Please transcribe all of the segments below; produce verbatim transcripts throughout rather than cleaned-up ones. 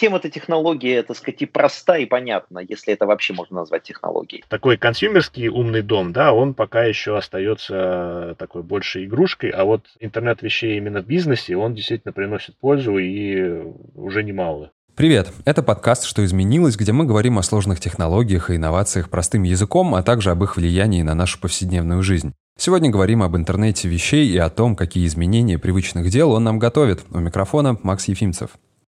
Чем эта технология, так сказать, и проста, и понятна, если это вообще можно назвать технологией. Такой консюмерский умный дом, да, он пока еще остается такой больше игрушкой, а вот интернет вещей именно в бизнесе, он действительно приносит пользу и уже немалую. Привет! Это подкаст «Что изменилось?», где мы говорим о сложных технологиях и инновациях простым языком, а также об их влиянии на нашу повседневную жизнь. Сегодня говорим об интернете вещей и о том, какие изменения привычных дел он нам готовит. У микрофона Макс Ефимцев.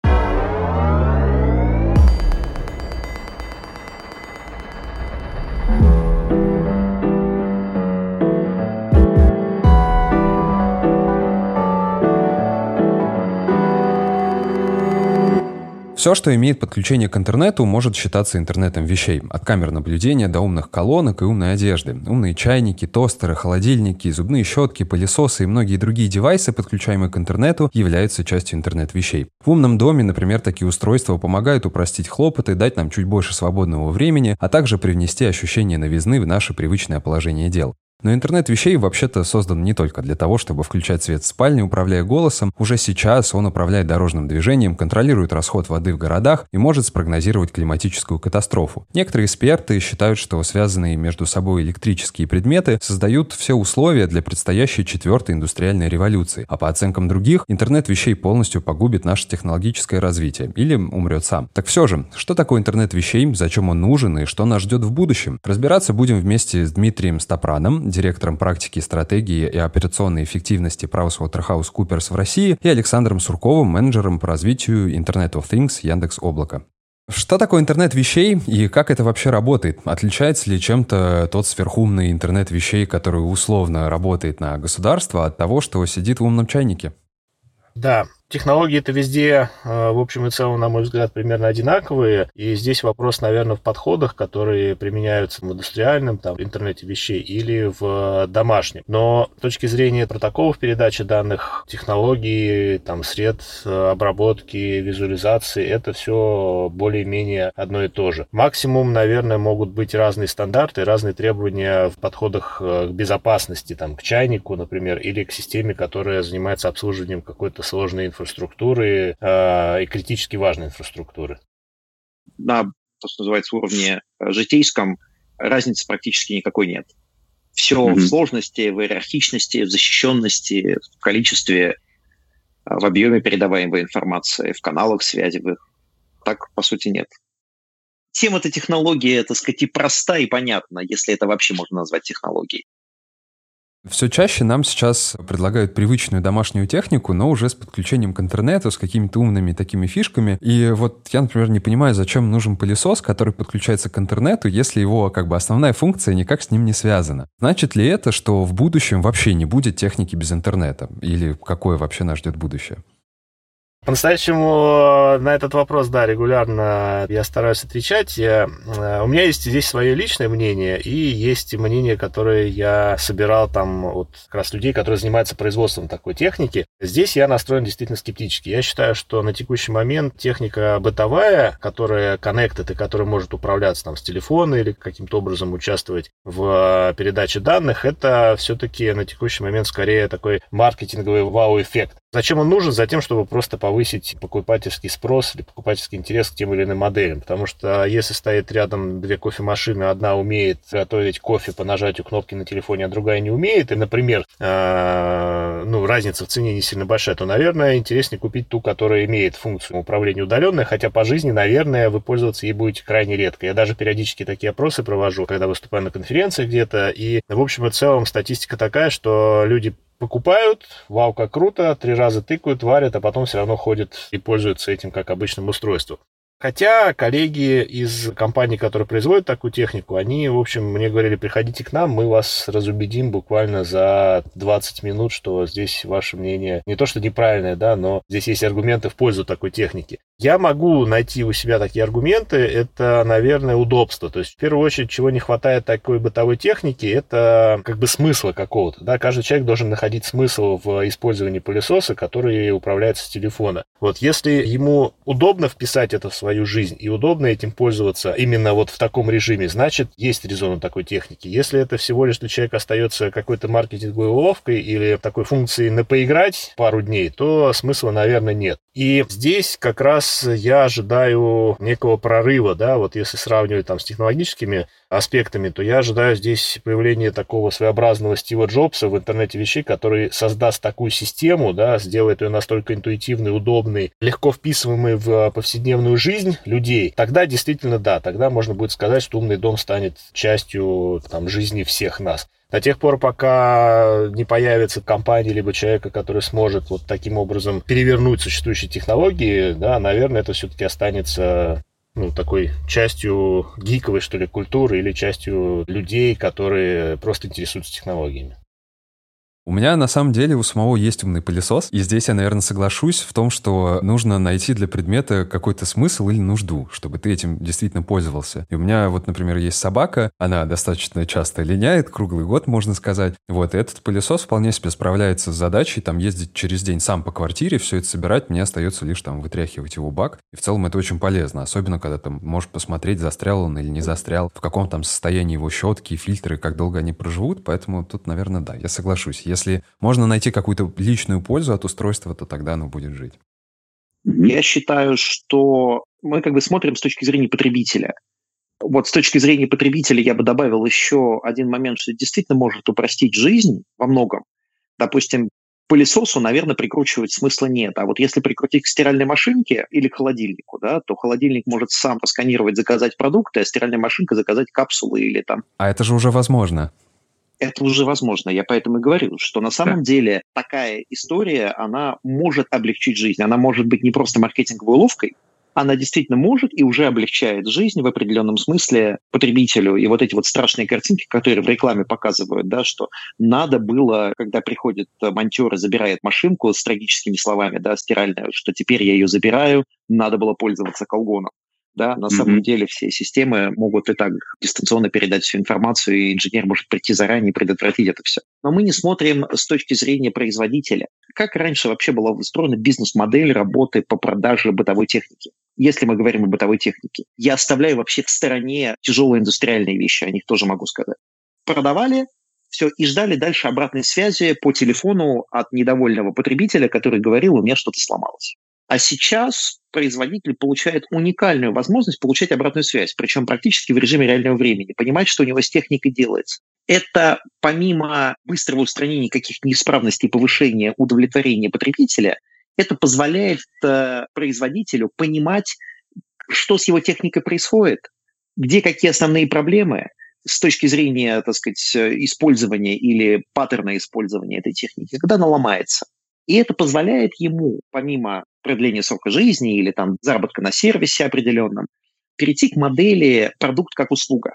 Все, что имеет подключение к интернету, может считаться интернетом вещей. От камер наблюдения до умных колонок и умной одежды. Умные чайники, тостеры, холодильники, зубные щетки, пылесосы и многие другие девайсы, подключаемые к интернету, являются частью интернет-вещей. В умном доме, например, такие устройства помогают упростить хлопоты, дать нам чуть больше свободного времени, а также привнести ощущение новизны в наше привычное положение дел. Но интернет вещей вообще-то создан не только для того, чтобы включать свет в спальне, управляя голосом. Уже сейчас он управляет дорожным движением, контролирует расход воды в городах и может спрогнозировать климатическую катастрофу. Некоторые эксперты считают, что связанные между собой электрические предметы создают все условия для предстоящей четвертой индустриальной революции. А по оценкам других, интернет вещей полностью погубит наше технологическое развитие или умрет сам. Так все же, что такое интернет вещей, зачем он нужен и что нас ждет в будущем? Разбираться будем вместе с Дмитрием Стопраном, директором практики, стратегии и операционной эффективности PricewaterhouseCoopers в России, и Александром Сурковым, менеджером по развитию Internet of Things Яндекс.Облака. Что такое интернет вещей и как это вообще работает? Отличается ли чем-то тот сверхумный интернет вещей, который условно работает на государство, от того, что сидит в умном чайнике? Да, технологии-то везде, в общем и целом, на мой взгляд, примерно одинаковые. И здесь вопрос, наверное, в подходах, которые применяются в индустриальном там, интернете вещей или в домашнем. Но с точки зрения протоколов передачи данных, технологий, там, средств обработки, визуализации, это все более-менее одно и то же. Максимум, наверное, могут быть разные стандарты, разные требования в подходах к безопасности, там, к чайнику, например, или к системе, которая занимается обслуживанием какой-то сложной инфраструктуры э, и критически важной инфраструктуры. На, то, что называется, уровне житейском разницы практически никакой нет. Все mm-hmm. в сложности, в иерархичности, в защищенности, в количестве, в объеме передаваемой информации, в каналах связи. Так, по сути, нет. Тем эта технология, так сказать, и проста, и понятна, если это вообще можно назвать технологией. Все чаще нам сейчас предлагают привычную домашнюю технику, но уже с подключением к интернету, с какими-то умными такими фишками. И вот я, например, не понимаю, зачем нужен пылесос, который подключается к интернету, если его как бы основная функция никак с ним не связана. Значит ли это, что в будущем вообще не будет техники без интернета? Или какое вообще нас ждет будущее? По-настоящему на этот вопрос, да, регулярно я стараюсь отвечать. Я, у меня есть здесь свое личное мнение, и есть мнение, которое я собирал там от как раз людей, которые занимаются производством такой техники. Здесь я настроен действительно скептически. Я считаю, что на текущий момент техника бытовая, которая connected и которая может управляться там с телефона или каким-то образом участвовать в передаче данных, это все-таки на текущий момент скорее такой маркетинговый вау-эффект. Зачем он нужен? Затем, чтобы просто повысить покупательский спрос или покупательский интерес к тем или иным моделям. Потому что если стоит рядом две кофемашины, одна умеет готовить кофе по нажатию кнопки на телефоне, а другая не умеет, и, например, э, ну, разница в цене не сильно большая, то, наверное, интереснее купить ту, которая имеет функцию управления удаленной, хотя по жизни, наверное, вы пользоваться ей будете крайне редко. Я даже периодически такие опросы провожу, когда выступаю на конференциях где-то, и, в общем и целом, статистика такая, что люди покупают, вау, как круто, три раза тыкают, варят, а потом все равно ходят и пользуются этим как обычным устройством. Хотя коллеги из компаний, которые производят такую технику, они, в общем, мне говорили, приходите к нам, мы вас разубедим буквально за двадцать минут, что здесь ваше мнение не то что неправильное, да, но здесь есть аргументы в пользу такой техники. Я могу найти у себя такие аргументы, это, наверное, удобство. То есть, в первую очередь, чего не хватает такой бытовой техники, это как бы смысла какого-то, да, каждый человек должен находить смысл в использовании пылесоса, который управляется с телефона. Вот, если ему удобно вписать это в свою жизнь и удобно этим пользоваться именно вот в таком режиме, значит, есть резон у такой техники. Если это всего лишь для человека остается какой-то маркетинговой уловкой или такой функцией на поиграть пару дней, то смысла, наверное, нет. И здесь как раз сейчас я ожидаю некого прорыва, да, вот если сравнивать там с технологическими аспектами, то я ожидаю здесь появления такого своеобразного Стива Джобса в интернете вещей, который создаст такую систему, да, сделает ее настолько интуитивной, удобной, легко вписываемой в повседневную жизнь людей. Тогда действительно, да, тогда можно будет сказать, что умный дом станет частью там жизни всех нас. До тех пор, пока не появится компания либо человека, который сможет вот таким образом перевернуть существующие технологии, да, наверное, это все-таки останется, ну, такой частью гиковой, что ли, культуры или частью людей, которые просто интересуются технологиями. У меня, на самом деле, у самого есть умный пылесос, и здесь я, наверное, соглашусь в том, что нужно найти для предмета какой-то смысл или нужду, чтобы ты этим действительно пользовался. И у меня вот, например, есть собака, она достаточно часто линяет, круглый год, можно сказать. Вот, и этот пылесос вполне себе справляется с задачей, там, ездить через день сам по квартире, все это собирать, мне остается лишь там вытряхивать его в бак. И в целом это очень полезно, особенно когда там можешь посмотреть, застрял он или не застрял, в каком там состоянии его щетки, фильтры, как долго они проживут, поэтому тут, наверное, да, я соглашусь. Если можно найти какую-то личную пользу от устройства, то тогда оно будет жить. Я считаю, что мы как бы смотрим с точки зрения потребителя. Вот с точки зрения потребителя я бы добавил еще один момент, что действительно может упростить жизнь во многом. Допустим, пылесосу, наверное, прикручивать смысла нет. А вот если прикрутить к стиральной машинке или к холодильнику, да, то холодильник может сам посканировать, заказать продукты, а стиральная машинка заказать капсулы или там... А это же уже возможно. Это уже возможно. Я поэтому и говорю, что на самом деле такая история, она может облегчить жизнь. Она может быть не просто маркетинговой уловкой, она действительно может и уже облегчает жизнь в определенном смысле потребителю. И вот эти вот страшные картинки, которые в рекламе показывают, да, что надо было, когда приходит монтер и забирает машинку с трагическими словами, да, стиральную, что теперь я ее забираю, надо было пользоваться колгоном. Да, на mm-hmm. самом деле все системы могут и так дистанционно передать всю информацию, и инженер может прийти заранее и предотвратить это все. Но мы не смотрим с точки зрения производителя. Как раньше вообще была устроена бизнес-модель работы по продаже бытовой техники? Если мы говорим о бытовой технике. Я оставляю вообще в стороне тяжелые индустриальные вещи, о них тоже могу сказать. Продавали, все, и ждали дальше обратной связи по телефону от недовольного потребителя, который говорил, у меня что-то сломалось. А сейчас производитель получает уникальную возможность получать обратную связь, причем практически в режиме реального времени, понимать, что у него с техникой делается. Это помимо быстрого устранения каких-то неисправностей и повышения удовлетворения потребителя, это позволяет э, производителю понимать, что с его техникой происходит, где какие основные проблемы с точки зрения, так сказать, использования или паттерна использования этой техники, когда она ломается. И это позволяет ему, помимо продления срока жизни или там заработка на сервисе определенном, перейти к модели продукт как услуга.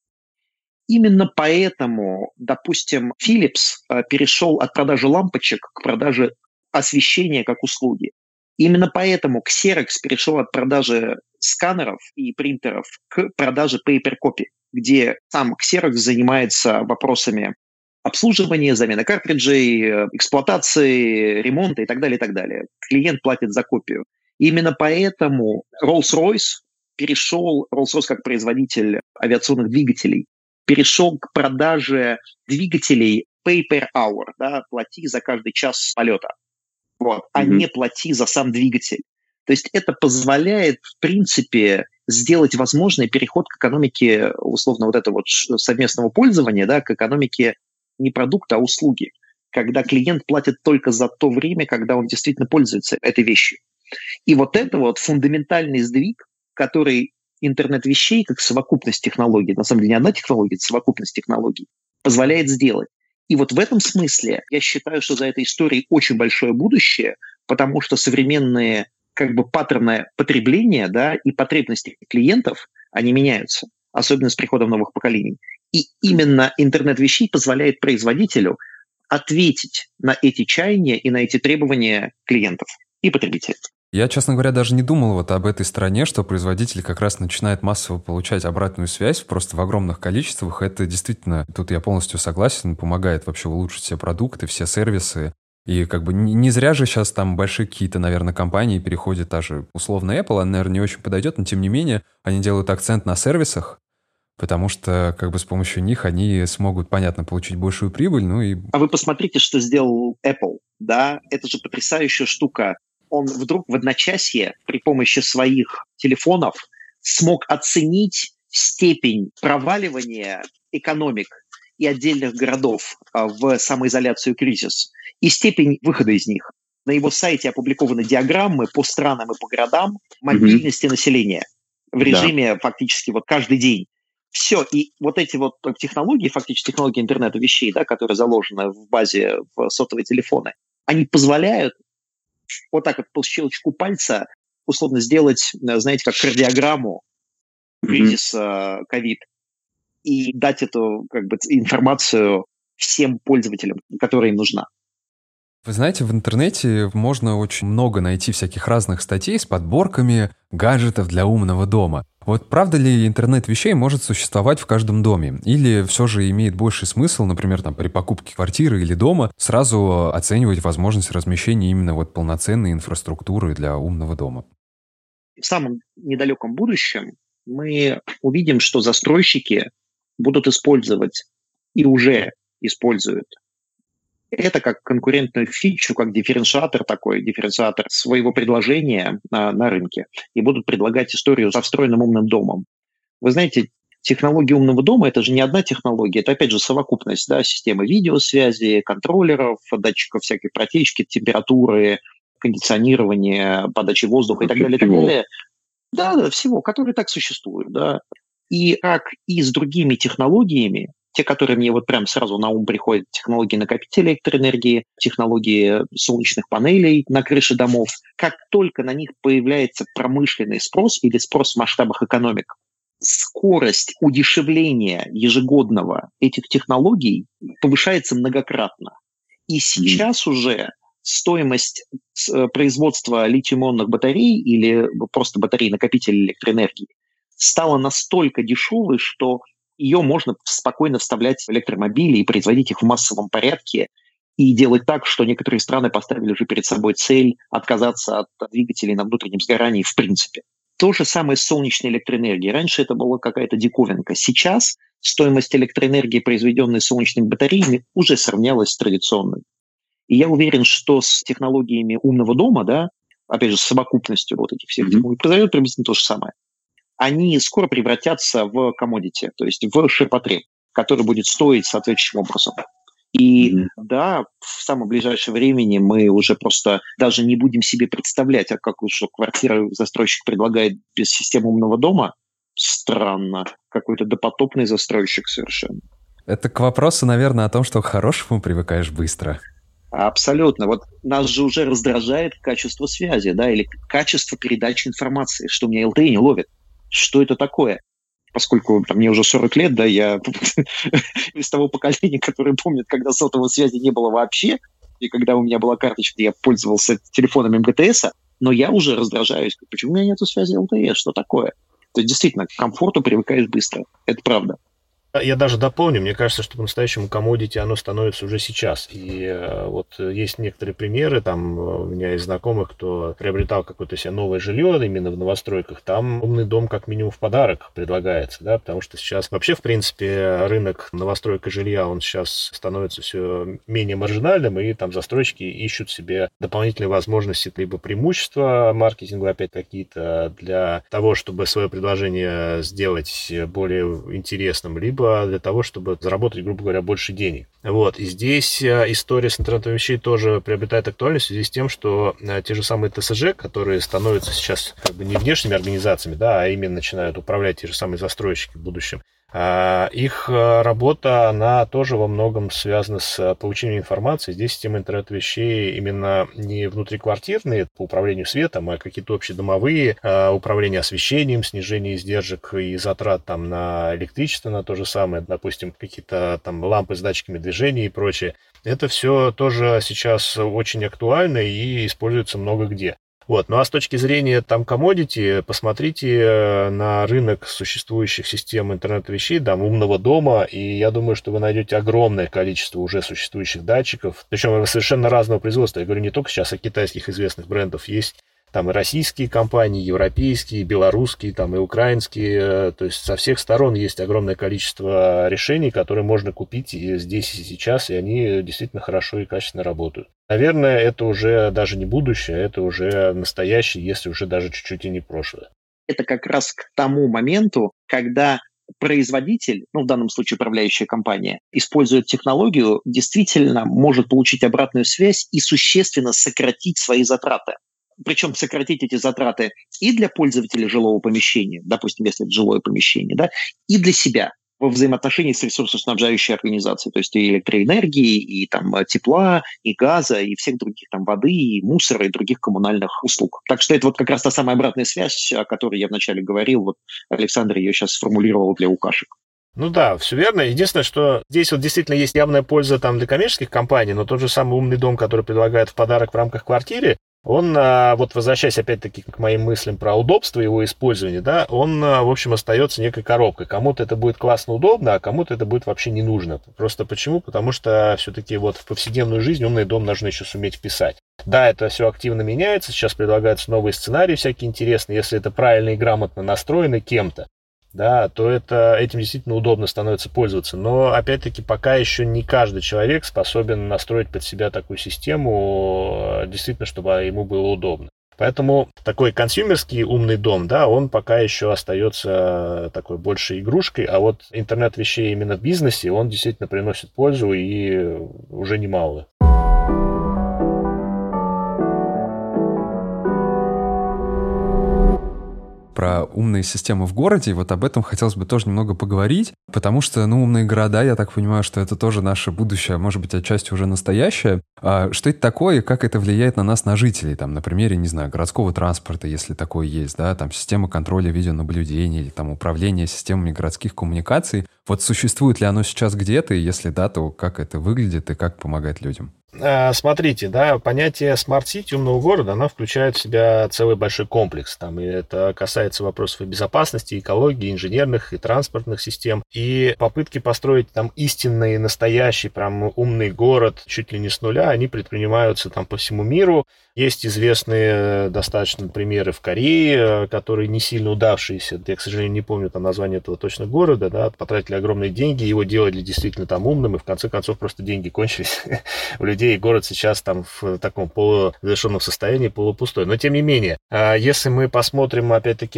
Именно поэтому, допустим, Philips э, перешел от продажи лампочек к продаже освещения как услуги. Именно поэтому Xerox перешел от продажи сканеров и принтеров к продаже paper copy, где сам Xerox занимается вопросами обслуживание, замена картриджей, эксплуатации, ремонта и так далее, и так далее. Клиент платит за копию. Именно поэтому Rolls-Royce перешел, Rolls-Royce как производитель авиационных двигателей, перешел к продаже двигателей pay per hour, да, плати за каждый час полета, вот, а mm-hmm. не плати за сам двигатель. То есть это позволяет, в принципе, сделать возможный переход к экономике, условно, вот этого вот совместного пользования, да, к экономике не продукта, а услуги, когда клиент платит только за то время, когда он действительно пользуется этой вещью. И вот это вот фундаментальный сдвиг, который интернет вещей, как совокупность технологий, на самом деле не одна технология, это совокупность технологий, позволяет сделать. И вот в этом смысле я считаю, что за этой историей очень большое будущее, потому что современные как бы паттерны потребления, да, и потребности клиентов, они меняются, особенно с приходом новых поколений. И именно интернет вещей позволяет производителю ответить на эти чаяния и на эти требования клиентов и потребителей. Я, честно говоря, даже не думал вот об этой стороне, что производитель как раз начинает массово получать обратную связь просто в огромных количествах. Это действительно, тут я полностью согласен, помогает вообще улучшить все продукты, все сервисы. И как бы не зря же сейчас там большие какие-то, наверное, компании переходят, даже условно Apple, она, наверное, не очень подойдет, но тем не менее они делают акцент на сервисах, потому что как бы с помощью них они смогут, понятно, получить большую прибыль, ну и... А вы посмотрите, что сделал Apple, да? Это же потрясающая штука. он вдруг в одночасье при помощи своих телефонов смог оценить степень проваливания экономик и отдельных городов в самоизоляцию кризис и степень выхода из них. На его сайте опубликованы диаграммы по странам и по городам мобильности mm-hmm. населения в режиме да. фактически вот каждый день. Все, и вот эти вот технологии, фактически технологии интернета вещей, да, которые заложены в базе в сотовые телефоны, они позволяют вот так вот по щелчку пальца условно сделать, знаете, как кардиограмму кризиса ковид и дать эту как бы информацию всем пользователям, которая им нужна. Вы знаете, в интернете можно очень много найти всяких разных статей с подборками гаджетов для умного дома. Вот правда ли интернет вещей может существовать в каждом доме? Или все же имеет больший смысл, например, там, при покупке квартиры или дома, сразу оценивать возможность размещения именно вот полноценной инфраструктуры для умного дома? В самом недалеком будущем мы увидим, что застройщики будут использовать и уже используют это как конкурентную фичу, как дифференциатор такой, дифференциатор своего предложения на, на рынке. И будут предлагать историю со встроенным умным домом. Вы знаете, технология умного дома – это же не одна технология, это опять же совокупность, да, системы видеосвязи, контроллеров, датчиков всякой протечки, температуры, кондиционирования, подачи воздуха и так далее, и так далее. Да, да, всего, которые так существуют, да. И как и с другими технологиями, те, которые мне вот прям сразу на ум приходят, технологии накопителя электроэнергии, технологии солнечных панелей на крыше домов, как только на них появляется промышленный спрос или спрос в масштабах экономик, скорость удешевления ежегодного этих технологий повышается многократно. И сейчас mm. уже стоимость производства литий-ионных батарей или просто батарей-накопителей электроэнергии стала настолько дешевой, что ее можно спокойно вставлять в электромобили и производить их в массовом порядке и делать так, что некоторые страны поставили уже перед собой цель отказаться от двигателей на внутреннем сгорании в принципе. То же самое с солнечной электроэнергией. Раньше это была какая-то диковинка. Сейчас стоимость электроэнергии, произведенной солнечными батареями, уже сравнялась с традиционной. И я уверен, что с технологиями умного дома, да, опять же, с совокупностью вот этих всех технологий, произойдет приблизительно то же самое. Они скоро превратятся в commodity, то есть в ширпотреб, который будет стоить соответствующим образом. И mm-hmm. да, в самом ближайшем времени мы уже просто даже не будем себе представлять, а как уж квартира застройщик предлагает без системы умного дома. Странно. Какой-то допотопный застройщик совершенно. Это к вопросу, наверное, о том, что к хорошему привыкаешь быстро. Абсолютно. Вот нас же уже раздражает качество связи, да, или качество передачи информации, что у меня эл тэ и не ловит. Что это такое? Поскольку там, мне уже сорок лет, да, я из того поколения, которое помнит, когда сотовой связи не было вообще, и когда у меня была карточка, я пользовался телефоном эм гэ тэ эс, но я уже раздражаюсь. Почему у меня нету связи эл тэ и? Что такое? То есть, действительно, к комфорту привыкаешь быстро. Это правда. Я даже дополню, мне кажется, что по-настоящему commodity оно становится уже сейчас. И э, вот есть некоторые примеры, там у меня есть знакомых, кто приобретал какое-то себе новое жилье именно в новостройках, там умный дом как минимум в подарок предлагается, да, потому что сейчас вообще, в принципе, рынок новостройка жилья, он сейчас становится все менее маржинальным, и там застройщики ищут себе дополнительные возможности, либо преимущества маркетинга опять какие-то для того, чтобы свое предложение сделать более интересным, либо для того, чтобы заработать, грубо говоря, больше денег. Вот. И здесь история с интернетом вещей тоже приобретает актуальность в связи с тем, что те же самые тэ эс жэ, которые становятся сейчас как бы не внешними организациями, да, а именно начинают управлять те же самые застройщики в будущем, их работа, она тоже во многом связана с получением информации. Здесь система интернета вещей именно не внутриквартирные по управлению светом, а какие-то общедомовые, управление освещением, снижение издержек и затрат там на электричество, на то же самое, допустим, какие-то там лампы с датчиками движения и прочее. Это все тоже сейчас очень актуально и используется много где. Вот. Ну а с точки зрения там commodity, посмотрите на рынок существующих систем интернета вещей, там, умного дома, и я думаю, что вы найдете огромное количество уже существующих датчиков, причем совершенно разного производства. Я говорю не только сейчас о китайских известных брендов, есть Там и российские компании, европейские, белорусские, там и украинские. То есть со всех сторон есть огромное количество решений, которые можно купить и здесь и сейчас, и они действительно хорошо и качественно работают. Наверное, это уже даже не будущее, это уже настоящее, если уже даже чуть-чуть и не прошлое. Это как раз к тому моменту, когда производитель, ну в данном случае управляющая компания, использует технологию, действительно может получить обратную связь и существенно сократить свои затраты. Причем сократить эти затраты и для пользователя жилого помещения, допустим, если это жилое помещение, да, и для себя во взаимоотношении с ресурсоснабжающей организацией, то есть и электроэнергии, и там, тепла, и газа, и всех других там воды, и мусора, и других коммунальных услуг. Так что это вот как раз та самая обратная связь, о которой я вначале говорил, вот Александр ее сейчас сформулировал для укашек. Ну да, все верно. Единственное, что здесь вот действительно есть явная польза там для коммерческих компаний, но тот же самый умный дом, который предлагают в подарок в рамках квартиры, он, вот возвращаясь опять-таки к моим мыслям про удобство его использования, да, он, в общем, остается некой коробкой. Кому-то это будет классно удобно, а кому-то это будет вообще не нужно. Просто почему? Потому что все-таки вот в повседневную жизнь умный дом нужно еще суметь вписать. Да, это все активно меняется, сейчас предлагаются новые сценарии всякие интересные, если это правильно и грамотно настроено кем-то, да, то это, этим действительно удобно становится пользоваться. Но, опять-таки, пока еще не каждый человек способен настроить под себя такую систему, действительно, чтобы ему было удобно. Поэтому такой консюмерский умный дом, да, он пока еще остается такой больше игрушкой, а вот интернет вещей именно в бизнесе, он действительно приносит пользу и уже немалую. Про умные системы в городе, вот об этом хотелось бы тоже немного поговорить, потому что, ну, умные города, я так понимаю, что это тоже наше будущее, может быть, отчасти уже настоящее. А что это такое и как это влияет на нас, на жителей? Там, на примере, не знаю, городского транспорта, если такое есть, да, там, система контроля видеонаблюдения или там управление системами городских коммуникаций. Вот существует ли оно сейчас где-то, и если да, то как это выглядит и как помогает людям? Смотрите, да, понятие Smart City, умного города, оно включает в себя целый большой комплекс. Там, и это касается вопросов и безопасности, экологии, инженерных и транспортных систем. И попытки построить там истинный, настоящий, прям умный город чуть ли не с нуля, они предпринимаются там по всему миру. Есть известные достаточно примеры в Корее, которые не сильно удавшиеся. Я, к сожалению, не помню там название этого точно города, да, потратили огромные деньги, его делали действительно там умным, и в конце концов просто деньги кончились у людей, и город сейчас там в таком полузавершенном состоянии, полупустой. Но тем не менее, если мы посмотрим опять-таки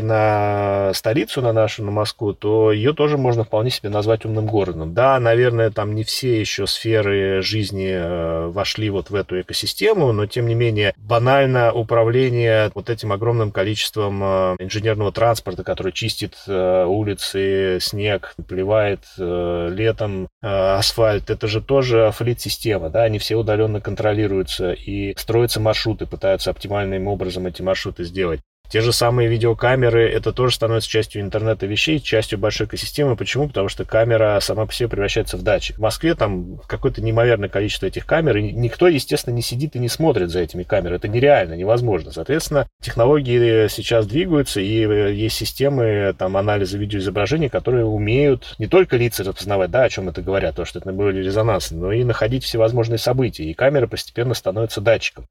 на столицу, на нашу, на Москву, то ее тоже можно вполне себе назвать умным городом. Да, наверное, там не все еще сферы жизни вошли вот в эту экосистему, но тем не менее, банально управление вот этим огромным количеством инженерного транспорта, который чистит улицы, снег, поливает летом асфальт, это же тоже флит-система, да, они все удаленно контролируются и строятся маршруты, пытаются оптимальным образом эти маршруты сделать. Те же самые видеокамеры, это тоже становится частью интернета вещей, частью большой экосистемы. Почему? Потому что камера сама по себе превращается в датчик. В Москве там какое-то неимоверное количество этих камер, и никто, естественно, не сидит и не смотрит за этими камерами. Это нереально, невозможно. Соответственно, технологии сейчас двигаются, и есть системы там, анализа видеоизображений, которые умеют не только лица распознавать, да, о чем это говорят, то, что это были резонансы, но и находить всевозможные события. И камера постепенно становится датчиком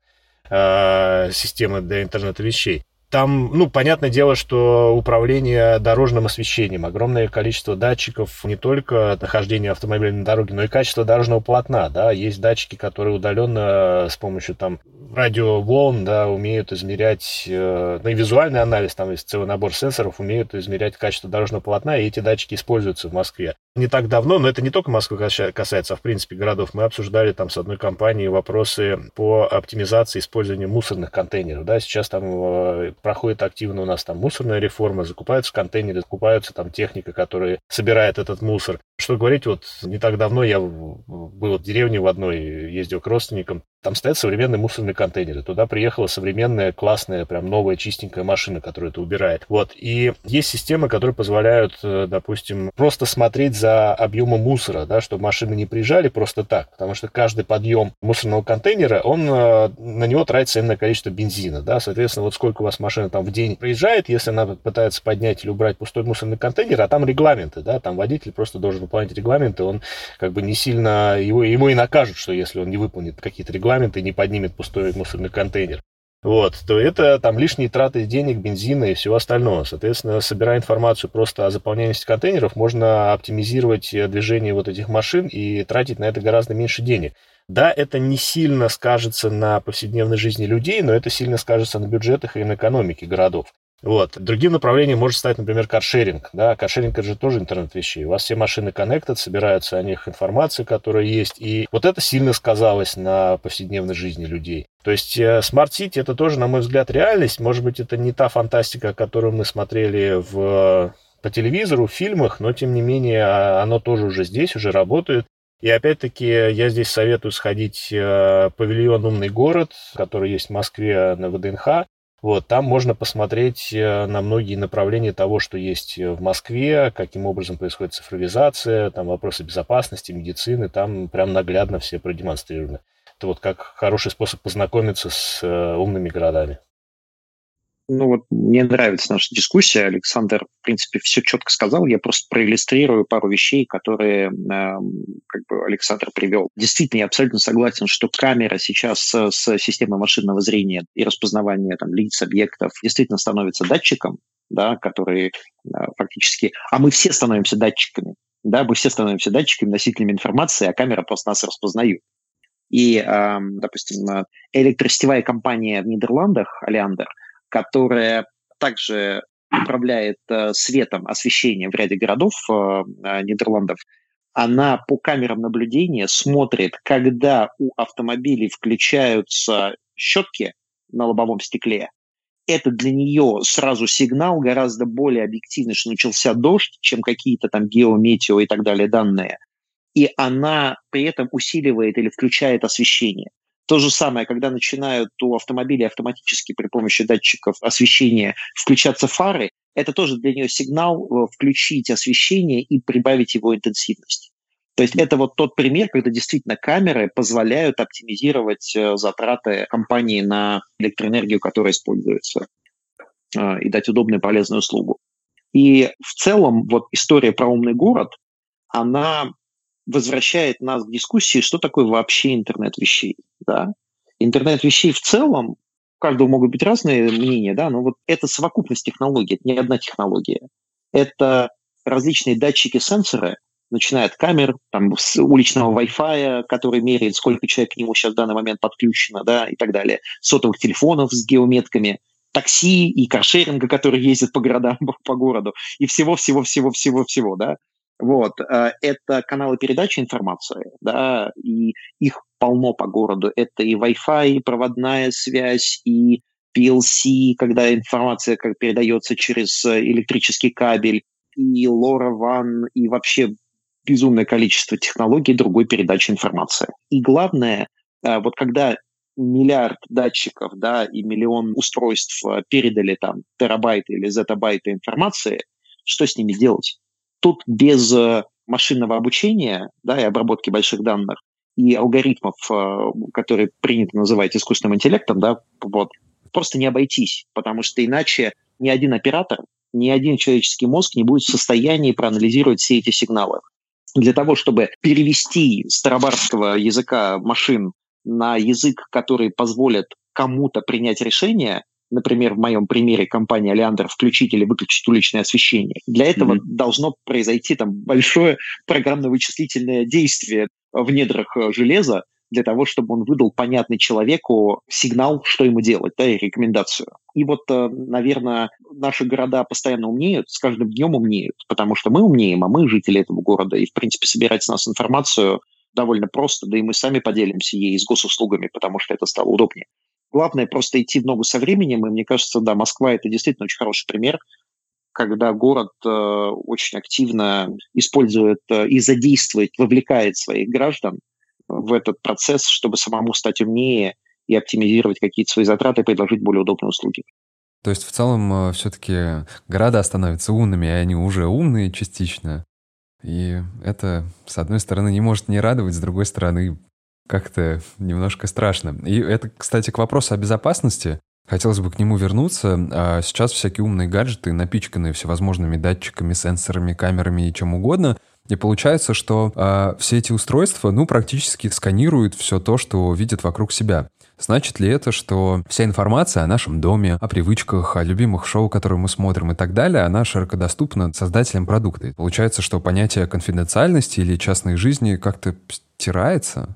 э, системы для интернета вещей. Там, ну, понятное дело, что управление дорожным освещением, огромное количество датчиков, не только нахождение автомобиля на дороге, но и качество дорожного полотна, да, есть датчики, которые удаленно с помощью там радиоволн, да, умеют измерять, э, ну и визуальный анализ, там есть целый набор сенсоров, умеют измерять качество дорожного полотна, и эти датчики используются в Москве. Не так давно, но это не только Москвы касается, а в принципе городов, мы обсуждали там с одной компанией вопросы по оптимизации использования мусорных контейнеров, да, сейчас там э, проходит активно у нас там мусорная реформа, закупаются контейнеры, закупаются там техника, которая собирает этот мусор. Что говорить, вот не так давно я был в деревне в одной, ездил к родственникам, там стоят современные мусорные контейнеры. Туда приехала современная, классная, прям новая, чистенькая машина, которая это убирает. Вот. И есть системы, которые позволяют, допустим, просто смотреть за объемом мусора, да, чтобы машины не приезжали просто так. Потому что каждый подъем мусорного контейнера, он, на него тратится энное количество бензина. Да. Соответственно, вот сколько у вас машина там в день проезжает, если она пытается поднять или убрать пустой мусорный контейнер, а там регламенты, да, там водитель просто должен выполнять регламенты, он как бы не сильно, его, ему и накажут, что если он не выполнит какие-то регламенты, и не поднимет пустой мусорный контейнер. вот, то это там лишние траты денег, бензина и всего остального. Соответственно, собирая информацию просто о заполняемости контейнеров, можно оптимизировать движение вот этих машин и тратить на это гораздо меньше денег. Да, это не сильно скажется на повседневной жизни людей, но это сильно скажется на бюджетах и на экономике городов. Вот. Другим направлением может стать, например, каршеринг. Да, каршеринг – это же тоже интернет вещей. У вас все машины connected, собираются о них информация, которая есть. И вот это сильно сказалось на повседневной жизни людей. То есть Smart City – это тоже, на мой взгляд, реальность. Может быть, это не та фантастика, которую мы смотрели в, по телевизору, в фильмах, но, тем не менее, оно тоже уже здесь, уже работает. И опять-таки я здесь советую сходить в павильон «Умный город», который есть в Москве на вэ дэ эн ха. Вот, там можно посмотреть на многие направления того, что есть в Москве, каким образом происходит цифровизация, там вопросы безопасности, медицины, там прям наглядно все продемонстрированы. Это вот как хороший способ познакомиться с умными городами. Ну вот мне нравится наша дискуссия. Александр, в принципе, все четко сказал. Я просто проиллюстрирую пару вещей, которые э, как бы Александр привел. Действительно, я абсолютно согласен, что камера сейчас с, с системой машинного зрения и распознавания там, лиц, объектов действительно становится датчиком, да, который э, фактически... А мы все становимся датчиками. Да, мы все становимся датчиками, носителями информации, а камера просто нас распознает. И, э, допустим, электросетевая компания в Нидерландах, Alliander, которая также управляет э, светом, освещением в ряде городов э, Нидерландов, она по камерам наблюдения смотрит, когда у автомобилей включаются щетки на лобовом стекле. Это для нее сразу сигнал гораздо более объективный, что начался дождь, чем какие-то там геометео и так далее данные. И она при этом усиливает или включает освещение. То же самое, когда начинают у автомобилей автоматически при помощи датчиков освещения включаться фары, это тоже для нее сигнал включить освещение и прибавить его интенсивность. То есть это вот тот пример, когда действительно камеры позволяют оптимизировать затраты компании на электроэнергию, которая используется, и дать удобную и полезную услугу. И в целом вот история про умный город, она возвращает нас к дискуссии, что такое вообще интернет вещей. Да? Интернет вещей в целом, у каждого могут быть разные мнения, да, но вот это совокупность технологий, это не одна технология. Это различные датчики, сенсоры, начиная от камер, там, с уличного Wi-Fi, который меряет, сколько человек к нему сейчас в данный момент подключено, да, и так далее, сотовых телефонов с геометками, такси и каршеринга, который ездит по городам, по городу, и всего-всего-всего-всего-всего, да. Вот, это каналы передачи информации, да, и их полно по городу. Это и Wi-Fi, и проводная связь, и пи эл си, когда информация как передается через электрический кабель, и LoRaWAN, и вообще безумное количество технологий другой передачи информации. И главное, вот когда миллиард датчиков, да, и миллион устройств передали там терабайты или зетабайты информации, что с ними делать? Тут без машинного обучения, да, и обработки больших данных и алгоритмов, которые принято называть искусственным интеллектом, да, вот, просто не обойтись, потому что иначе ни один оператор, ни один человеческий мозг не будет в состоянии проанализировать все эти сигналы. Для того, чтобы перевести с тарабарского языка машин на язык, который позволит кому-то принять решение, например, в моем примере компания Alliander включить или выключить уличное освещение. Для этого mm-hmm. должно произойти там большое программно-вычислительное действие в недрах железа для того, чтобы он выдал понятный человеку сигнал, что ему делать, да, и рекомендацию. И вот, наверное, наши города постоянно умнеют, с каждым днем умнеют, потому что мы умнеем, а мы жители этого города, и, в принципе, собирать с нас информацию довольно просто, да и мы сами поделимся ей с госуслугами, потому что это стало удобнее. Главное просто идти в ногу со временем, и мне кажется, да, Москва – это действительно очень хороший пример, когда город э, очень активно использует э, и задействует, вовлекает своих граждан в этот процесс, чтобы самому стать умнее и оптимизировать какие-то свои затраты и предложить более удобные услуги. То есть в целом все-таки города становятся умными, и они уже умные частично. И это, с одной стороны, не может не радовать, с другой стороны, как-то немножко страшно. И это, кстати, к вопросу о безопасности. Хотелось бы к нему вернуться. Сейчас всякие умные гаджеты напичканы всевозможными датчиками, сенсорами, камерами и чем угодно. И получается, что э, все эти устройства, ну, практически сканируют все то, что видят вокруг себя. Значит ли это, что вся информация о нашем доме, о привычках, о любимых шоу, которые мы смотрим и так далее, она широкодоступна создателям продукта? Получается, что понятие конфиденциальности или частной жизни как-то стирается?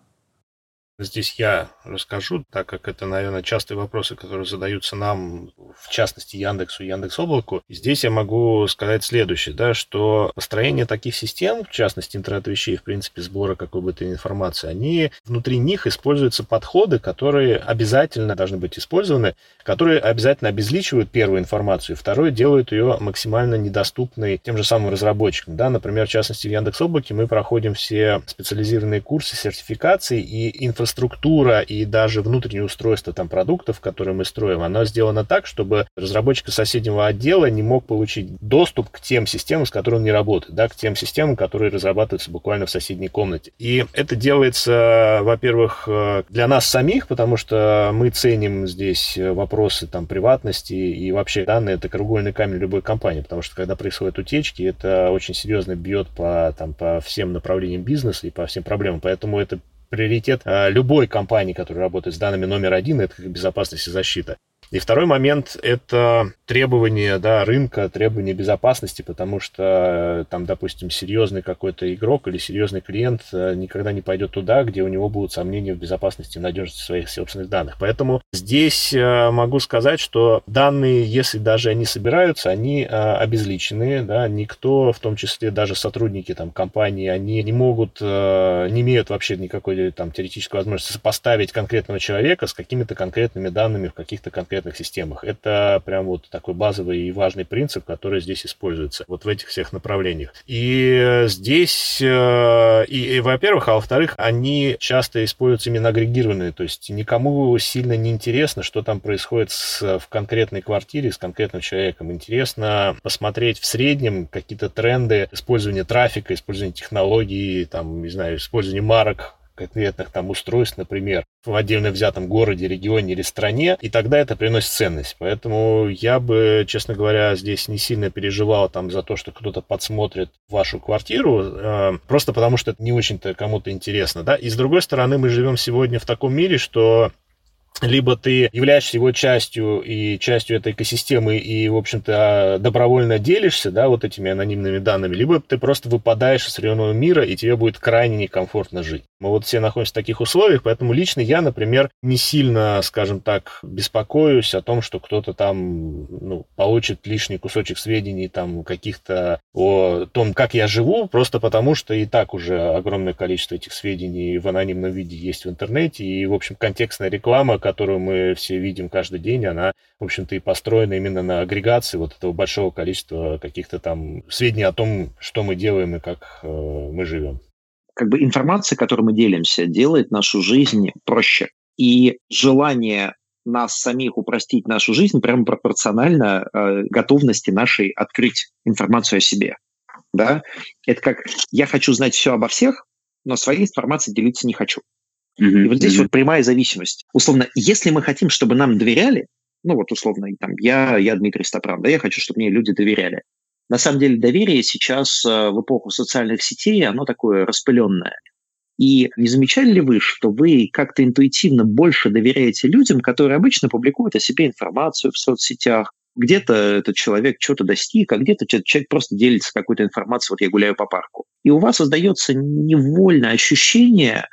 Здесь я расскажу, так как это, наверное, частые вопросы, которые задаются нам, в частности, Яндексу, Яндекс.Облаку. И здесь я могу сказать следующее, да, что построение таких систем, в частности, интернет вещей, в принципе, сбора какой бы то ни информации, они, внутри них используются подходы, которые обязательно должны быть использованы, которые обязательно обезличивают первую информацию, второе, делают ее максимально недоступной тем же самым разработчикам. Да, например, в частности, в Яндекс.Облаке мы проходим все специализированные курсы сертификации, и инфраструктура Инфраструктура и даже внутреннее устройство там продуктов, которые мы строим, оно сделано так, чтобы разработчик из соседнего отдела не мог получить доступ к тем системам, с которыми он не работает, да, к тем системам, которые разрабатываются буквально в соседней комнате. И это делается, во-первых, для нас самих, потому что мы ценим здесь вопросы там приватности и вообще данные — это краеугольный камень любой компании, потому что когда происходят утечки, это очень серьезно бьет по, там, по всем направлениям бизнеса и по всем проблемам, поэтому это приоритет любой компании, которая работает с данными номер один, это безопасность и защита. И второй момент – это требования, да, рынка, требования безопасности, потому что там, допустим, серьезный какой-то игрок или серьезный клиент никогда не пойдет туда, где у него будут сомнения в безопасности и надежности своих собственных данных. Поэтому здесь могу сказать, что данные, если даже они собираются, они обезличены, да, никто, в том числе даже сотрудники там, компании, они не могут, не имеют вообще никакой там, теоретической возможности сопоставить конкретного человека с какими-то конкретными данными в каких-то конкретных системах. Это прям вот такой базовый и важный принцип, который здесь используется вот в этих всех направлениях. И здесь, и, и во-первых, а во-вторых, они часто используются именно агрегированные, то есть никому сильно не интересно, что там происходит с, в конкретной квартире с конкретным человеком. Интересно посмотреть в среднем какие-то тренды использования трафика, использования технологий, там, не знаю, использования марок конкретных там устройств, например, в отдельно взятом городе, регионе или стране, и тогда это приносит ценность. Поэтому я бы, честно говоря, здесь не сильно переживал там за то, что кто-то подсмотрит вашу квартиру, э, просто потому что это не очень-то кому-то интересно, да. И с другой стороны, мы живем сегодня в таком мире, что либо ты являешься его частью и частью этой экосистемы и, в общем-то, добровольно делишься, да, вот этими анонимными данными, либо ты просто выпадаешь из современного мира, и тебе будет крайне некомфортно жить. Мы вот все находимся в таких условиях, поэтому лично я, например, не сильно, скажем так, беспокоюсь о том, что кто-то там, ну, получит лишний кусочек сведений там каких-то о том, как я живу, просто потому что и так уже огромное количество этих сведений в анонимном виде есть в интернете, и, в общем, контекстная реклама, которую мы все видим каждый день, она, в общем-то, и построена именно на агрегации вот этого большого количества каких-то там сведений о том, что мы делаем и как э, мы живем. Как бы информация, которой мы делимся, делает нашу жизнь проще. И желание нас самих упростить нашу жизнь прямо пропорционально э, готовности нашей открыть информацию о себе. Да? Это как я хочу знать все обо всех, но своей информацией делиться не хочу. И вот здесь mm-hmm. вот прямая зависимость. Условно, если мы хотим, чтобы нам доверяли, ну вот условно, там, я, я Дмитрий Стопрам, да, я хочу, чтобы мне люди доверяли. На самом деле доверие сейчас в эпоху социальных сетей, оно такое распыленное. И не замечали ли вы, что вы как-то интуитивно больше доверяете людям, которые обычно публикуют о себе информацию в соцсетях? Где-то этот человек что-то достиг, а где-то человек просто делится какой-то информацией, вот я гуляю по парку. И у вас создается невольное ощущение,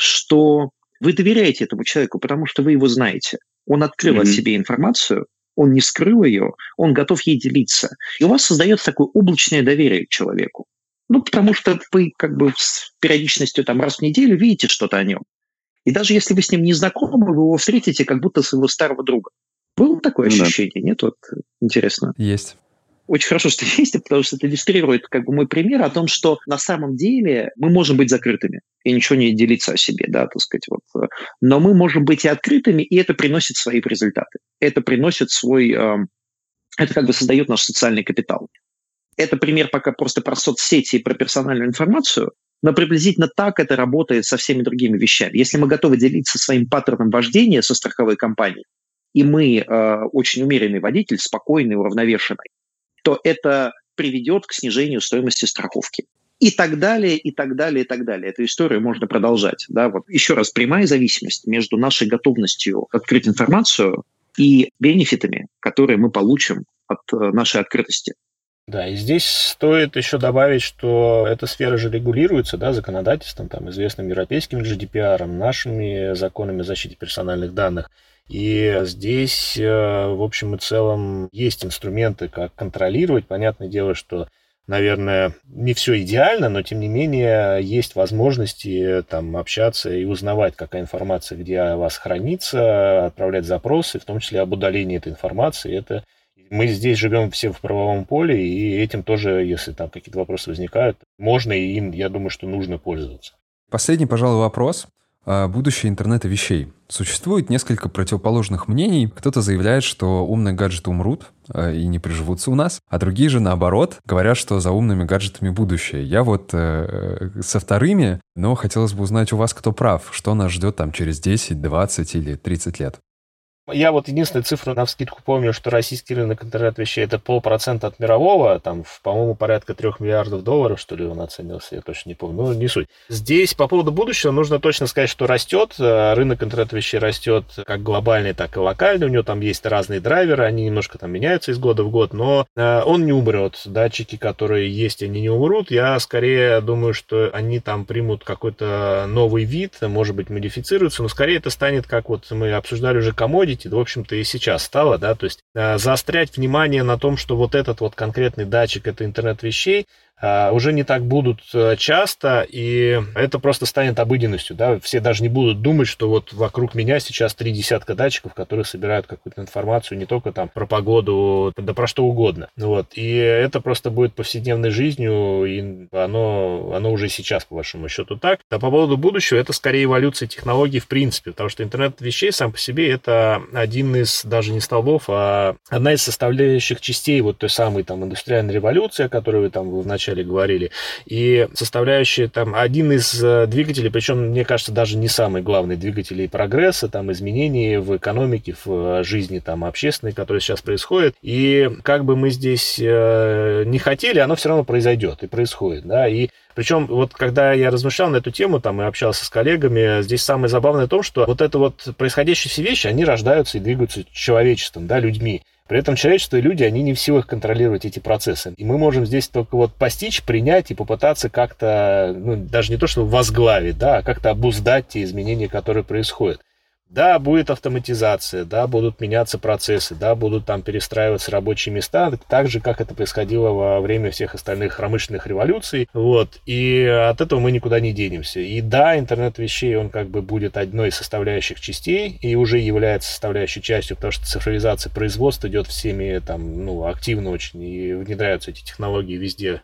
что вы доверяете этому человеку, потому что вы его знаете. Он открыл mm-hmm. о себе информацию, он не скрыл ее, он готов ей делиться. И у вас создается такое облачное доверие к человеку. Ну, потому что вы как бы с периодичностью там, раз в неделю видите что-то о нем. И даже если вы с ним не знакомы, вы его встретите как будто своего старого друга. Было такое mm-hmm. ощущение? Нет? Вот интересно. Есть. Очень хорошо, что есть, потому что это иллюстрирует как бы мой пример о том, что на самом деле мы можем быть закрытыми и ничего не делиться о себе, да, так сказать, вот. Но мы можем быть и открытыми, и это приносит свои результаты. Это приносит свой, э, это как бы создает наш социальный капитал. Это пример пока просто про соцсети и про персональную информацию, но приблизительно так это работает со всеми другими вещами. Если мы готовы делиться своим паттерном вождения со страховой компанией, и мы э, очень умеренный водитель, спокойный, уравновешенный, то это приведет к снижению стоимости страховки. И так далее, и так далее, и так далее. Эту историю можно продолжать. Да? Вот еще раз, прямая зависимость между нашей готовностью открыть информацию и бенефитами, которые мы получим от нашей открытости. Да, и здесь стоит еще добавить, что эта сфера же регулируется, да, законодательством, там, известным европейским джи ди пи ар, нашими законами о защите персональных данных. И здесь, в общем и целом, есть инструменты, как контролировать. Понятное дело, что, наверное, не все идеально, но, тем не менее, есть возможности там общаться и узнавать, какая информация где о вас хранится, отправлять запросы, в том числе об удалении этой информации. Это мы здесь живем все в правовом поле, и этим тоже, если там какие-то вопросы возникают, можно и им, я думаю, что нужно пользоваться. Последний, пожалуй, вопрос. Будущее интернета вещей. Существует несколько противоположных мнений. Кто-то заявляет, что умные гаджеты умрут и не приживутся у нас, а другие же, наоборот, говорят, что за умными гаджетами будущее. Я вот э, со вторыми, но хотелось бы узнать у вас, кто прав, что нас ждет там через десять, двадцать или тридцать лет. Я вот единственную цифру навскидку помню, что российский рынок интернет-вещей это полпроцента от мирового, там, по-моему, порядка трех миллиардов долларов, что ли, он оценился, я точно не помню, но не суть. Здесь по поводу будущего нужно точно сказать, что растет, рынок интернет-вещей растет как глобальный, так и локальный, у него там есть разные драйверы, они немножко там меняются из года в год, но он не умрет, датчики, которые есть, они не умрут, я скорее думаю, что они там примут какой-то новый вид, может быть, модифицируются, но скорее это станет, как вот мы обсуждали уже, commodity, да, в общем-то, и сейчас стало, да, то есть э, заострять внимание на том, что вот этот вот конкретный датчик, это интернет вещей, э, уже не так будут э, часто, и это просто станет обыденностью, да, все даже не будут думать, что вот вокруг меня сейчас три десятка датчиков, которые собирают какую-то информацию не только там про погоду, да про что угодно, вот, и это просто будет повседневной жизнью, и оно, оно уже сейчас, по большому счету, так. А по поводу будущего, это скорее эволюция технологий в принципе, потому что интернет вещей сам по себе это один из, даже не столбов, а одна из составляющих частей вот той самой там индустриальной революции, о которой вы там вначале говорили, и составляющая там один из двигателей, причем, мне кажется, даже не самый главный двигатель прогресса, там изменений в экономике, в жизни там общественной, которая сейчас происходит, и как бы мы здесь не хотели, оно все равно произойдет и происходит, да, и причем, вот когда я размышлял на эту тему, там, и общался с коллегами, здесь самое забавное в том, что вот это вот происходящие все вещи, они рождаются и двигаются человечеством, да, людьми. При этом человечество и люди, они не в силах контролировать эти процессы. И мы можем здесь только вот постичь, принять и попытаться как-то, ну, даже не то, что возглавить, да, а как-то обуздать те изменения, которые происходят. Да, будет автоматизация, да, будут меняться процессы, да, будут там перестраиваться рабочие места, так же, как это происходило во время всех остальных промышленных революций, вот, и от этого мы никуда не денемся. И да, интернет вещей, он как бы будет одной из составляющих частей, и уже является составляющей частью, потому что цифровизация производства идет всеми там, ну, активно очень, и внедряются эти технологии везде,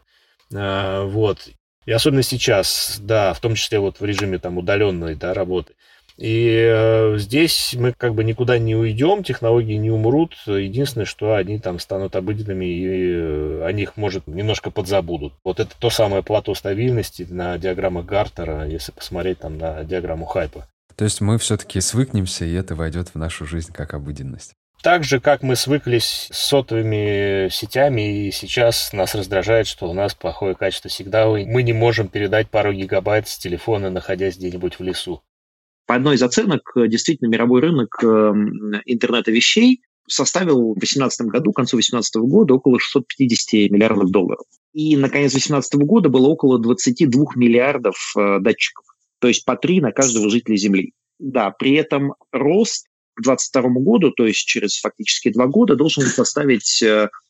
а, вот. И особенно сейчас, да, в том числе вот в режиме там удаленной, да, работы. И э, здесь мы как бы никуда не уйдем, технологии не умрут. Единственное, что они там станут обыденными, и э, о них, может, немножко подзабудут. Вот это то самое плато стабильности на диаграммах Гартнера, если посмотреть там на диаграмму Хайпа. То есть мы все-таки свыкнемся, и это войдет в нашу жизнь как обыденность. Так же, как мы свыклись с сотовыми сетями, и сейчас нас раздражает, что у нас плохое качество сигнала, и мы не можем передать пару гигабайт с телефона, находясь где-нибудь в лесу. По одной из оценок, действительно, мировой рынок интернета вещей составил в две тысячи восемнадцатом году, к концу две тысячи восемнадцатого года, около шестьсот пятьдесят миллиардов долларов. И на конец две тысячи восемнадцатого года было около двадцать два миллиардов датчиков, то есть по три на каждого жителя Земли. Да, при этом рост к двадцать второму году, то есть через фактически два года, должен составить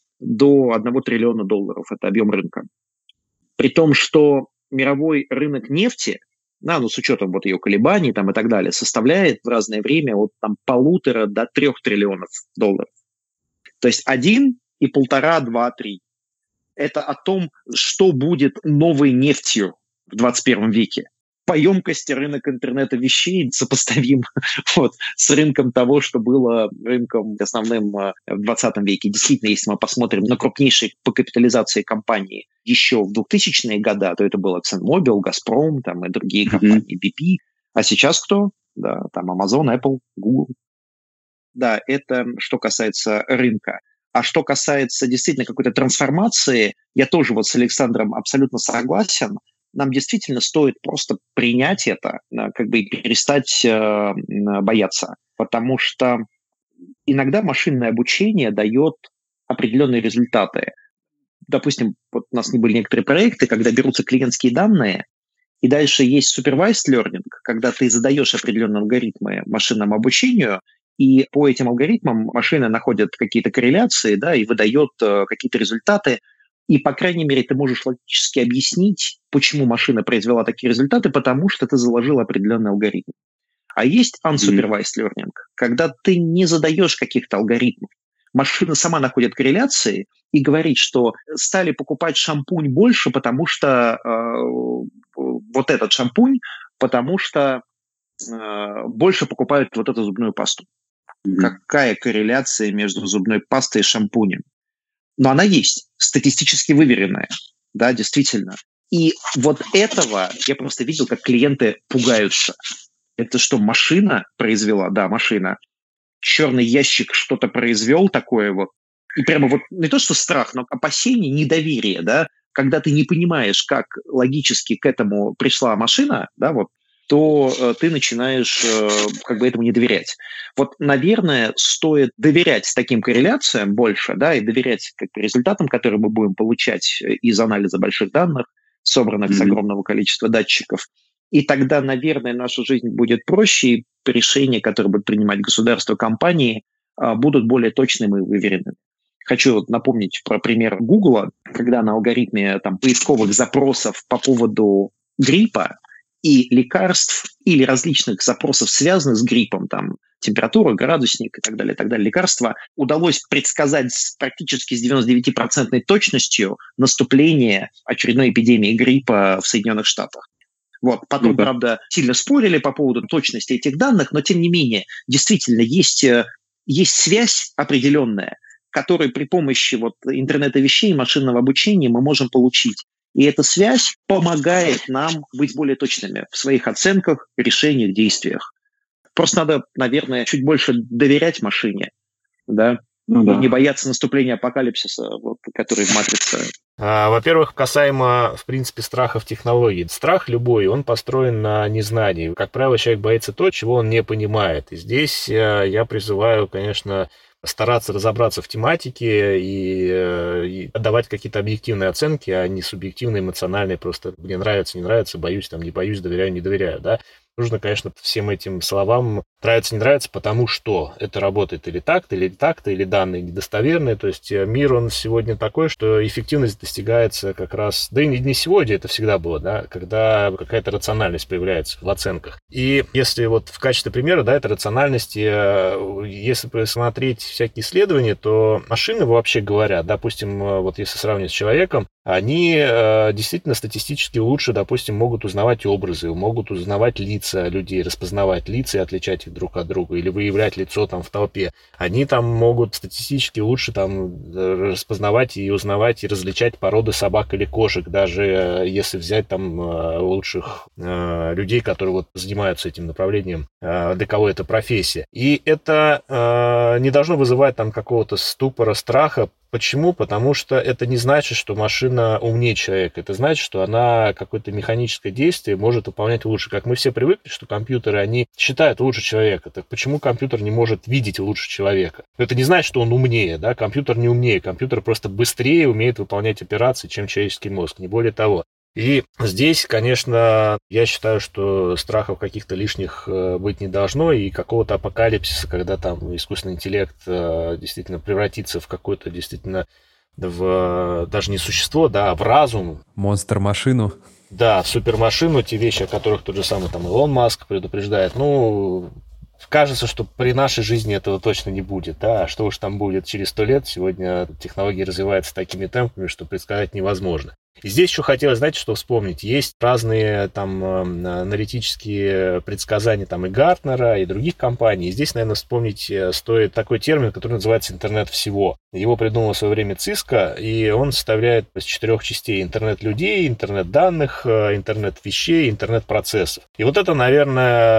до одного триллиона долларов. Это объем рынка. При том, что мировой рынок нефти, да, ну, с учетом вот ее колебаний там, и так далее, составляет в разное время от там, полутора до трех триллионов долларов. То есть один и полтора, два, три. Это о том, что будет новой нефтью в двадцать первом веке. По емкости рынок интернета вещей сопоставим вот, с рынком того, что было рынком основным в двадцатом веке. Действительно, если мы посмотрим на крупнейшие по капитализации компании еще в двухтысячные годы, то это был ExxonMobil, Газпром там, и другие компании, би пи. А сейчас кто? Да, там Amazon, Apple, Google. Да, это что касается рынка. А что касается действительно какой-то трансформации, я тоже вот с Александром абсолютно согласен. Нам действительно стоит просто принять это, как бы и перестать э, бояться. Потому что иногда машинное обучение дает определенные результаты. Допустим, вот у нас не были некоторые проекты, когда берутся клиентские данные, и дальше есть supervised learning, когда ты задаешь определенные алгоритмы машинному обучению, и по этим алгоритмам машина находит какие-то корреляции, да, и выдает э, какие-то результаты. И, по крайней мере, ты можешь логически объяснить, почему машина произвела такие результаты, потому что ты заложил определенный алгоритм. А есть unsupervised learning, когда ты не задаешь каких-то алгоритмов. Машина сама находит корреляции и говорит, что стали покупать шампунь больше, потому что э, вот этот шампунь, потому что э, больше покупают вот эту зубную пасту. Mm-hmm. Какая корреляция между зубной пастой и шампунем? Но она есть, статистически выверенная, да, действительно. И вот этого я просто видел, как клиенты пугаются. Это что, машина произвела? Да, машина. Черный ящик что-то произвел такое вот. И прямо вот не то, что страх, но опасение, недоверие, да, когда ты не понимаешь, как логически к этому пришла машина, да, вот, то э, ты начинаешь э, как бы этому не доверять. Вот, наверное, стоит доверять таким корреляциям больше, да, и доверять как бы результатам, которые мы будем получать из анализа больших данных, собранных mm-hmm. с огромного количества датчиков. И тогда, наверное, наша жизнь будет проще, и решения, которые будут принимать государства, компании, э, будут более точными и выверенными. Хочу вот напомнить про пример Гугла, когда на алгоритме там, поисковых запросов по поводу гриппа и лекарств или различных запросов, связанных с гриппом, там, температура, градусник и так далее, и так далее, лекарства, удалось предсказать практически с девяносто девять процентов точностью наступление очередной эпидемии гриппа в Соединенных Штатах. Вот. Потом, ну, да. правда, сильно спорили по поводу точности этих данных, но, тем не менее, действительно, есть, есть связь определенная, которую при помощи вот, интернета вещей и машинного обучения мы можем получить. И эта связь помогает нам быть более точными в своих оценках, решениях, действиях. Просто надо, наверное, чуть больше доверять машине, да, ну, да. и не бояться наступления апокалипсиса, вот, который в «Матрице». А, во-первых, касаемо, в принципе, страхов технологий. Страх любой, он построен на незнании. Как правило, человек боится то, чего он не понимает. И здесь я призываю, конечно, стараться разобраться в тематике и, и давать какие-то объективные оценки, а не субъективные, эмоциональные, просто мне нравится, не нравится, боюсь, там, не боюсь, доверяю, не доверяю, да. Нужно, конечно, всем этим словам нравится, не нравится, потому что это работает или так-то, или так-то, или данные недостоверные. То есть мир, он сегодня такой, что эффективность достигается как раз, да и не сегодня, это всегда было, да, когда какая-то рациональность появляется в оценках. И если вот в качестве примера, да, это рациональность, если посмотреть всякие исследования, то машины, вообще говоря, допустим, вот если сравнивать с человеком, они э, действительно статистически лучше, допустим, могут узнавать образы, могут узнавать лица людей, распознавать лица и отличать их друг от друга, или выявлять лицо там в толпе. Они там могут статистически лучше там распознавать и узнавать и различать породы собак или кошек, даже э, если взять там э, лучших э, людей, которые вот занимаются этим направлением, э, для кого это профессия. И это э, не должно вызывать там какого-то ступора, страха. Почему? Потому что это не значит, что машина умнее человека. Это значит, что она какое-то механическое действие может выполнять лучше. Как мы все привыкли, что компьютеры, они считают лучше человека. Так почему компьютер не может видеть лучше человека? Это не значит, что он умнее, да? Компьютер не умнее. Компьютер просто быстрее умеет выполнять операции, чем человеческий мозг. Не более того. И здесь, конечно, я считаю, что страхов каких-то лишних быть не должно, и какого-то апокалипсиса, когда там искусственный интеллект действительно превратится в какое-то действительно, в, даже не существо, да, а в разум. Монстр-машину. Да, в супермашину, те вещи, о которых тот же самый там Илон Маск предупреждает, ну... Кажется, что при нашей жизни этого точно не будет, да, а что уж там будет через сто лет, сегодня технологии развиваются такими темпами, что предсказать невозможно. И здесь еще хотелось, знаете, что вспомнить, есть разные там аналитические предсказания там и Гартнера, и других компаний, и здесь, наверное, вспомнить стоит такой термин, который называется интернет всего. Его придумал в свое время Cisco, и он составляет из четырех частей: интернет людей, интернет данных, интернет вещей, интернет процессов. И вот это, наверное,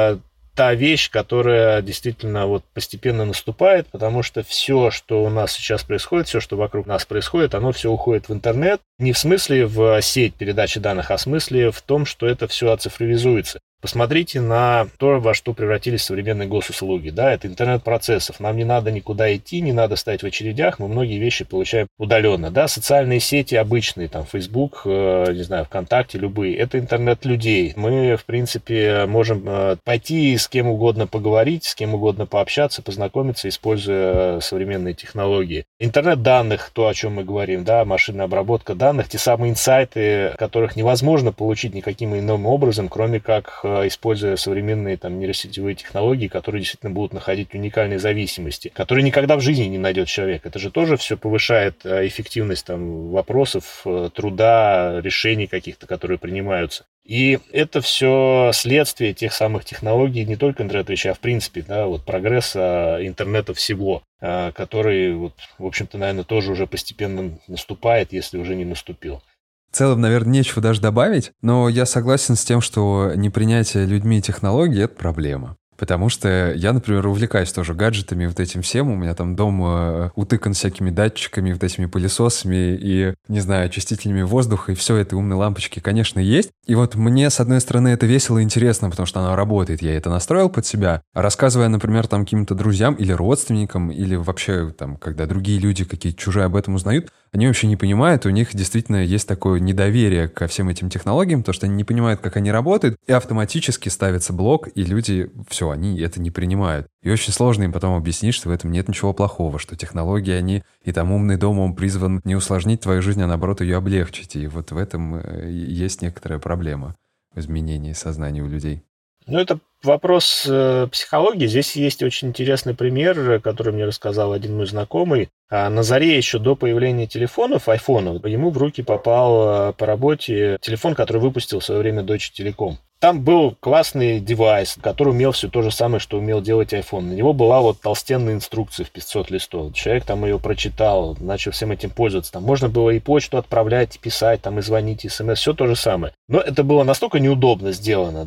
та вещь, которая действительно вот постепенно наступает, потому что все, что у нас сейчас происходит, все, что вокруг нас происходит, оно все уходит в интернет. Не в смысле в сеть передачи данных, а в смысле в том, что это все оцифровизуется. Посмотрите на то, во что превратились современные госуслуги. Да, это интернет процессов. Нам не надо никуда идти, не надо стоять в очередях, мы многие вещи получаем удаленно. Да, социальные сети обычные, там, Facebook, э, не знаю, ВКонтакте, любые, это интернет людей. Мы, в принципе, можем э, пойти с кем угодно поговорить, с кем угодно пообщаться, познакомиться, используя современные технологии. Интернет данных, то, о чем мы говорим, да, машинная обработка данных, те самые инсайты, которых невозможно получить никаким иным образом, кроме как используя современные там нейросетевые технологии, которые действительно будут находить уникальные зависимости, которые никогда в жизни не найдет человек. Это же тоже все повышает эффективность там вопросов, труда, решений каких-то, которые принимаются. И это все следствие тех самых технологий, не только интернет-вещей, а в принципе, да, вот прогресса интернета всего, который, вот, в общем-то, наверное, тоже уже постепенно наступает, если уже не наступил. В целом, наверное, нечего даже добавить, но я согласен с тем, что непринятие людьми технологий — это проблема. Потому что я, например, увлекаюсь тоже гаджетами, вот этим всем. У меня там дом утыкан всякими датчиками, вот этими пылесосами и, не знаю, очистителями воздуха, и все это, умные лампочки, конечно, есть. И вот мне, с одной стороны, это весело и интересно, потому что оно работает, я это настроил под себя. А рассказывая, например, там каким-то друзьям или родственникам, или вообще там, когда другие люди какие-то чужие об этом узнают, они вообще не понимают, у них действительно есть такое недоверие ко всем этим технологиям, потому что они не понимают, как они работают, и автоматически ставится блок, и люди, все, они это не принимают. И очень сложно им потом объяснить, что в этом нет ничего плохого, что технологии, они, и там умный дом, он призван не усложнить твою жизнь, а наоборот ее облегчить. И вот в этом есть некоторая проблема в изменении сознания у людей. Ну, это вопрос э, психологии. Здесь есть очень интересный пример, который мне рассказал один мой знакомый. А на заре, еще до появления телефонов, айфонов, ему в руки попал э, по работе телефон, который выпустил в свое время Deutsche Telekom. Там был классный девайс, который умел все то же самое, что умел делать iPhone. На него была вот толстенная инструкция в пятьсот листов. Человек там ее прочитал, начал всем этим пользоваться. Там можно было и почту отправлять, и писать, там, и звонить, и смс, все то же самое. Но это было настолько неудобно сделано,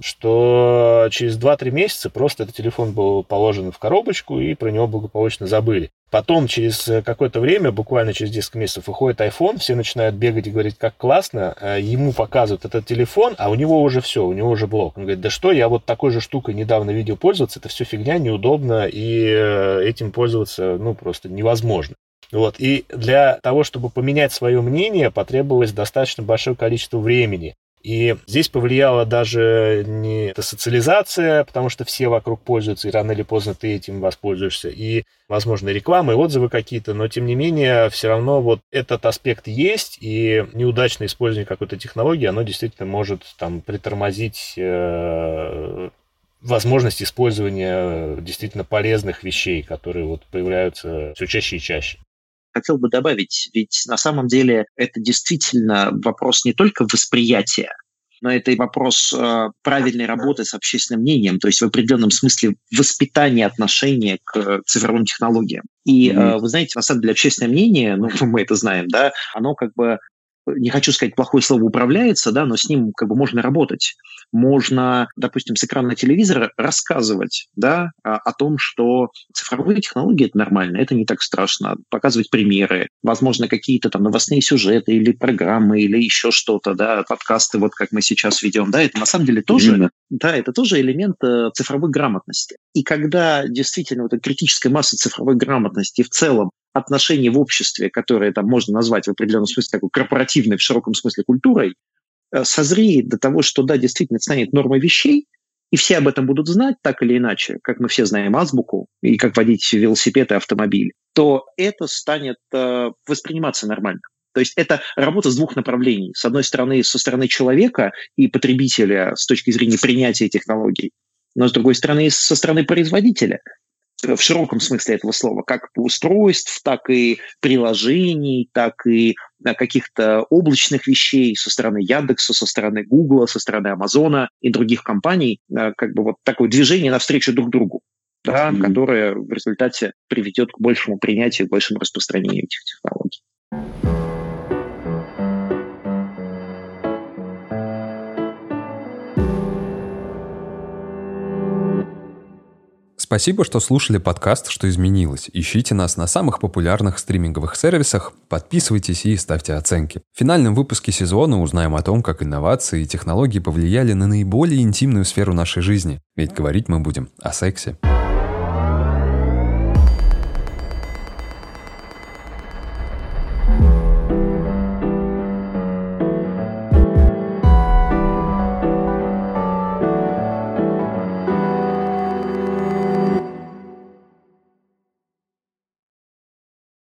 что через два-три месяца просто этот телефон был положен в коробочку, и про него благополучно забыли. Потом, через какое-то время, буквально через несколько месяцев, выходит iPhone, все начинают бегать и говорить, как классно, ему показывают этот телефон, а у него уже все, у него уже блок. Он говорит, да что, я вот такой же штукой недавно видел пользоваться, это все фигня, неудобно, и этим пользоваться, ну, просто невозможно. Вот. И для того, чтобы поменять свое мнение, потребовалось достаточно большое количество времени. И здесь повлияла даже не эта социализация, потому что все вокруг пользуются, и рано или поздно ты этим воспользуешься, и, возможно, реклама, и отзывы какие-то, но, тем не менее, все равно вот этот аспект есть, и неудачное использование какой-то технологии, оно действительно может там притормозить э, возможность использования действительно полезных вещей, которые вот появляются все чаще и чаще. Хотел бы добавить, ведь на самом деле это действительно вопрос не только восприятия, но это и вопрос э, правильной работы с общественным мнением, то есть в определенном смысле воспитания отношения к цифровым технологиям. И mm-hmm. э, вы знаете, на самом деле общественное мнение, ну мы это знаем, да, оно как бы, не хочу сказать плохое слово, управляется, да, но с ним как бы можно работать. Можно, допустим, с экрана телевизора рассказывать, да, о том, что цифровые технологии – это нормально, это не так страшно, показывать примеры, возможно, какие-то там новостные сюжеты или программы, или еще что-то, да, подкасты, вот как мы сейчас ведем, да, это на самом деле тоже, mm-hmm. да, это тоже элемент цифровой грамотности. И когда действительно вот эта критическая масса цифровой грамотности в целом отношения в обществе, которые там можно назвать в определенном смысле такой корпоративной, в широком смысле культурой, созреет до того, что да, действительно это станет нормой вещей, и все об этом будут знать так или иначе, как мы все знаем азбуку, и как водить велосипед и автомобиль, то это станет э, восприниматься нормально. То есть это работа с двух направлений. С одной стороны, со стороны человека и потребителя с точки зрения принятия технологий, но с другой стороны, со стороны производителя. В широком смысле этого слова, как устройств, так и приложений, так и каких-то облачных вещей со стороны Яндекса, со стороны Гугла, со стороны Амазона и других компаний, как бы вот такое движение навстречу друг другу, да, mm-hmm. которое в результате приведет к большему принятию, к большему распространению этих технологий. Спасибо, что слушали подкаст «Что изменилось?». Ищите нас на самых популярных стриминговых сервисах, подписывайтесь и ставьте оценки. В финальном выпуске сезона узнаем о том, как инновации и технологии повлияли на наиболее интимную сферу нашей жизни. Ведь говорить мы будем о сексе.